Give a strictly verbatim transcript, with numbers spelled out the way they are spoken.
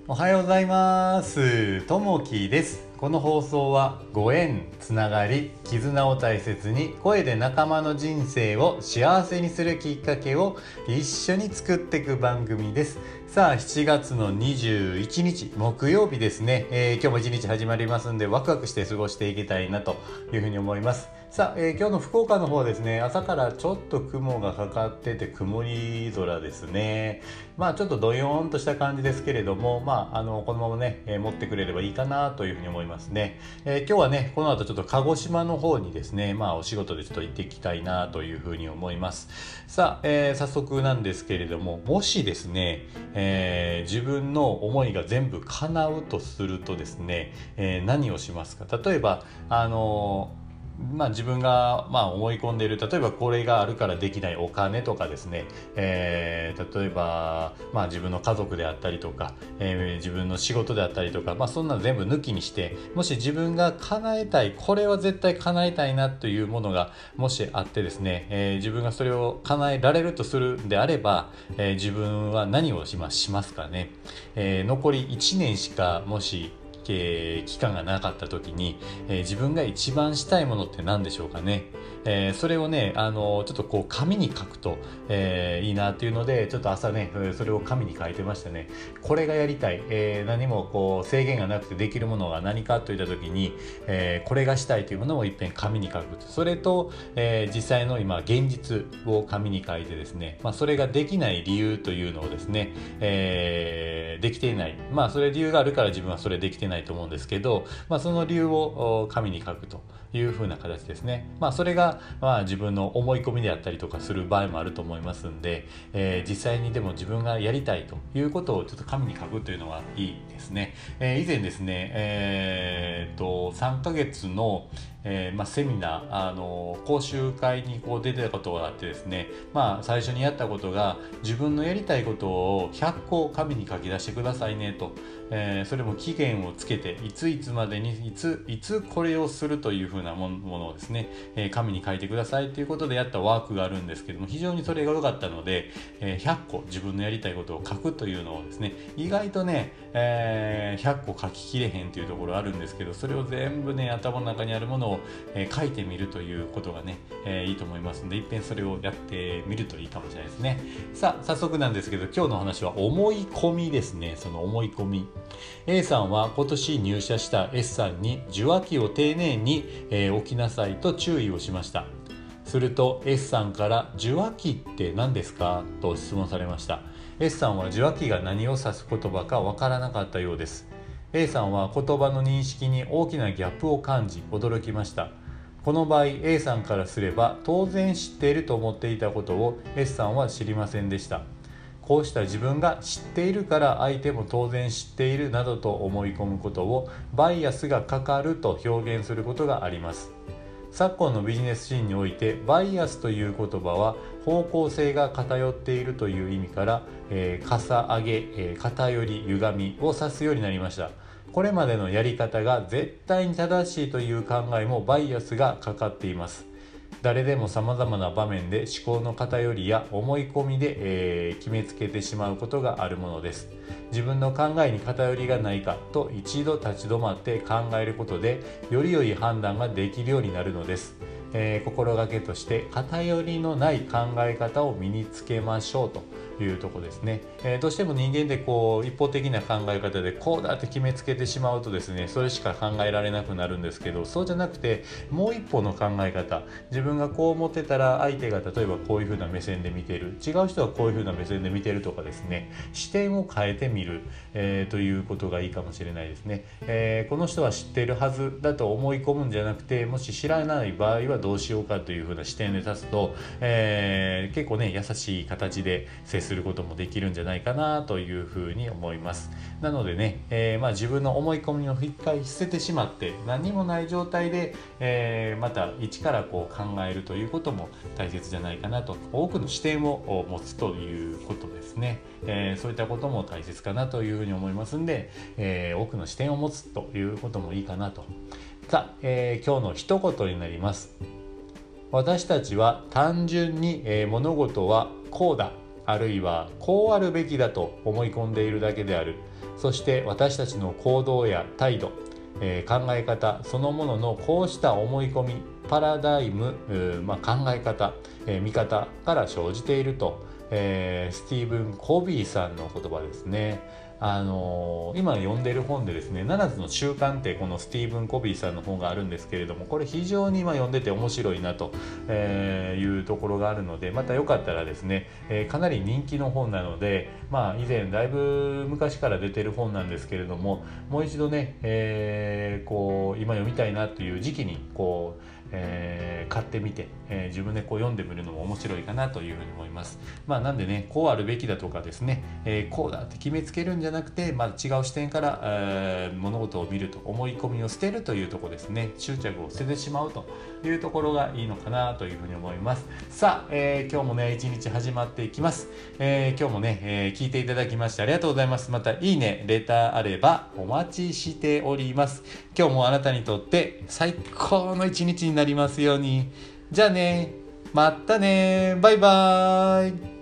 おはようございます。ともきです。この放送はご縁、つながり、絆を大切に声で仲間の人生を幸せにするきっかけを一緒に作っていく番組です。さあしちがつのにじゅういちにち木曜日ですね、えー、今日も一日始まりますんでワクワクして過ごしていきたいなというふうに思います。さあ、えー、今日の福岡の方ですね、朝からちょっと雲がかかってて曇り空ですね。まあちょっとどよーんとした感じですけれども、まああのこのままね、えー、持ってくれればいいかなというふうに思いますね。えー、今日はねこの後ちょっと鹿児島の方にですね、まあお仕事でちょっと行っていきたいなというふうに思います。さあ、えー、早速なんですけれども、もしですね、えー、自分の思いが全部叶うとするとですね、えー、何をしますか。例えばあのーまあ、自分がまあ思い込んでいる、例えばこれがあるからできないお金とかですね、えー、例えば、まあ、自分の家族であったりとか、えー、自分の仕事であったりとか、まあ、そんなの全部抜きにして、もし自分が叶えたい、これは絶対叶えたいなというものがもしあってですね、えー、自分がそれを叶えられるとするんであれば、えー、自分は何をします、しますかね。えー、残りいちねんしかもしえー、期間がなかった時に、えー、自分が一番したいものって何でしょうかね。えー、それをね、あのー、ちょっとこう紙に書くと、えー、いいなっていうので、ちょっと朝ねそれを紙に書いてましたね。これがやりたい、えー、何もこう制限がなくてできるものが何かといった時に、えー、これがしたいというものをいっぺん紙に書くと、それと、えー、実際の今現実を紙に書いてですね、まあ、それができない理由というのをですね、えー、できていない、まあそれ理由があるから自分はそれできてないと思うんですけど、まあ、その理由を紙に書くというふうな形ですね。まあ、それがまあ自分の思い込みであったりとかする場合もあると思いますんで、えー、実際にでも自分がやりたいということをちょっと紙に書くというのはいいですね。えー、以前ですね、えー、とさんかげつのえーまあ、セミナー、あの講習会にこう出てたことがあってですね、まあ、最初にやったことが自分のやりたいことをひゃっこ紙に書き出してくださいねと、えー、それも期限をつけていついつまでにいついつこれをするというふうなものをですね、えー、紙に書いてくださいということでやったワークがあるんですけども、非常にそれが良かったので、えー、ひゃっこ自分のやりたいことを書くというのをですね、意外とね、えー、ひゃっこ書ききれへんというところあるんですけど、それを全部ね頭の中にあるものをえー、書いてみるということがね、えー、いいと思いますので、一遍それをやってみるといいかもしれないですね。さあ早速なんですけど、今日の話は思い込みですね。その思い込み、 A さんは今年入社した S さんに受話器を丁寧に、えー、置きなさいと注意をしました。すると S さんから受話器って何ですかと質問されました。 S さんは受話器が何を指す言葉かわからなかったようです。 A さんは言葉の認識に大きなギャップを感じ驚きました。この場合 A さんからすれば当然知っていると思っていたことを S さんは知りませんでした。こうした自分が知っているから相手も当然知っているなどと思い込むことをバイアスがかかると表現することがあります。昨今のビジネスシーンにおいてバイアスという言葉は方向性が偏っているという意味から、えー、かさ上げ、えー、偏り、歪みを指すようになりました。これまでのやり方が絶対に正しいという考えもバイアスがかかっています。誰でも様々な場面で思考の偏りや思い込みで、えー、決めつけてしまうことがあるものです。自分の考えに偏りがないかと一度立ち止まって考えることでより良い判断ができるようになるのです。えー、心がけとして偏りのない考え方を身につけましょうというところですね。えー、どうしても人間でこう一方的な考え方でこうだって決めつけてしまうとですね、それしか考えられなくなるんですけど、そうじゃなくてもう一歩の考え方、自分がこう思ってたら相手が例えばこういう風な目線で見てる、違う人はこういう風な目線で見てるとかですね、視点を変えてみる、えー、ということがいいかもしれないですね。えー、この人は知っているはずだと思い込むんじゃなくて、もし知らない場合はどうしようかという風な視点で立つと、えー、結構ね優しい形で接することもできるんじゃないかなというふうに思います。なのでね、えー、まあ自分の思い込みを一回捨ててしまって何もない状態で、えー、また一からこう考えるということも大切じゃないかなと、多くの視点を持つということですね。えー、そういったことも大切かなというふうに思いますんで、えー、多くの視点を持つということもいいかなと。さあ、えー、今日の一言になります。私たちは単純に、えー、物事はこうだ、あるいはこうあるべきだと思い込んでいるだけである。 そして私たちの行動や態度、えー、考え方そのもののこうした思い込みパラダイム、まあ、考え方、えー、見方から生じていると、えー、スティーブン・コビーさんの言葉ですね。あのー、今読んでいる本でですねななつの習慣ってこのスティーブン・コビーさんの本があるんですけれども、これ非常に今読んでて面白いなというところがあるので、またよかったらですね、えー、かなり人気の本なので、まあ以前だいぶ昔から出てる本なんですけれども、もう一度ね、えー、こう今読みたいなという時期にこうえー、買ってみて、えー、自分でこう読んでみるのも面白いかなというふうに思います。まあなんでね、こうあるべきだとかですね、えー、こうだって決めつけるんじゃなくて、まあ、違う視点から、えー、物事を見ると、思い込みを捨てるというところですね、執着を捨ててしまうというところがいいのかなというふうに思います。さあ、えー、今日もね一日始まっていきます。えー、今日もね、えー、聞いていただきましてありがとうございます。またいいねレターあればお待ちしております。今日もあなたにとって最高の一日になりますように。じゃあね、またね、バイバーイ。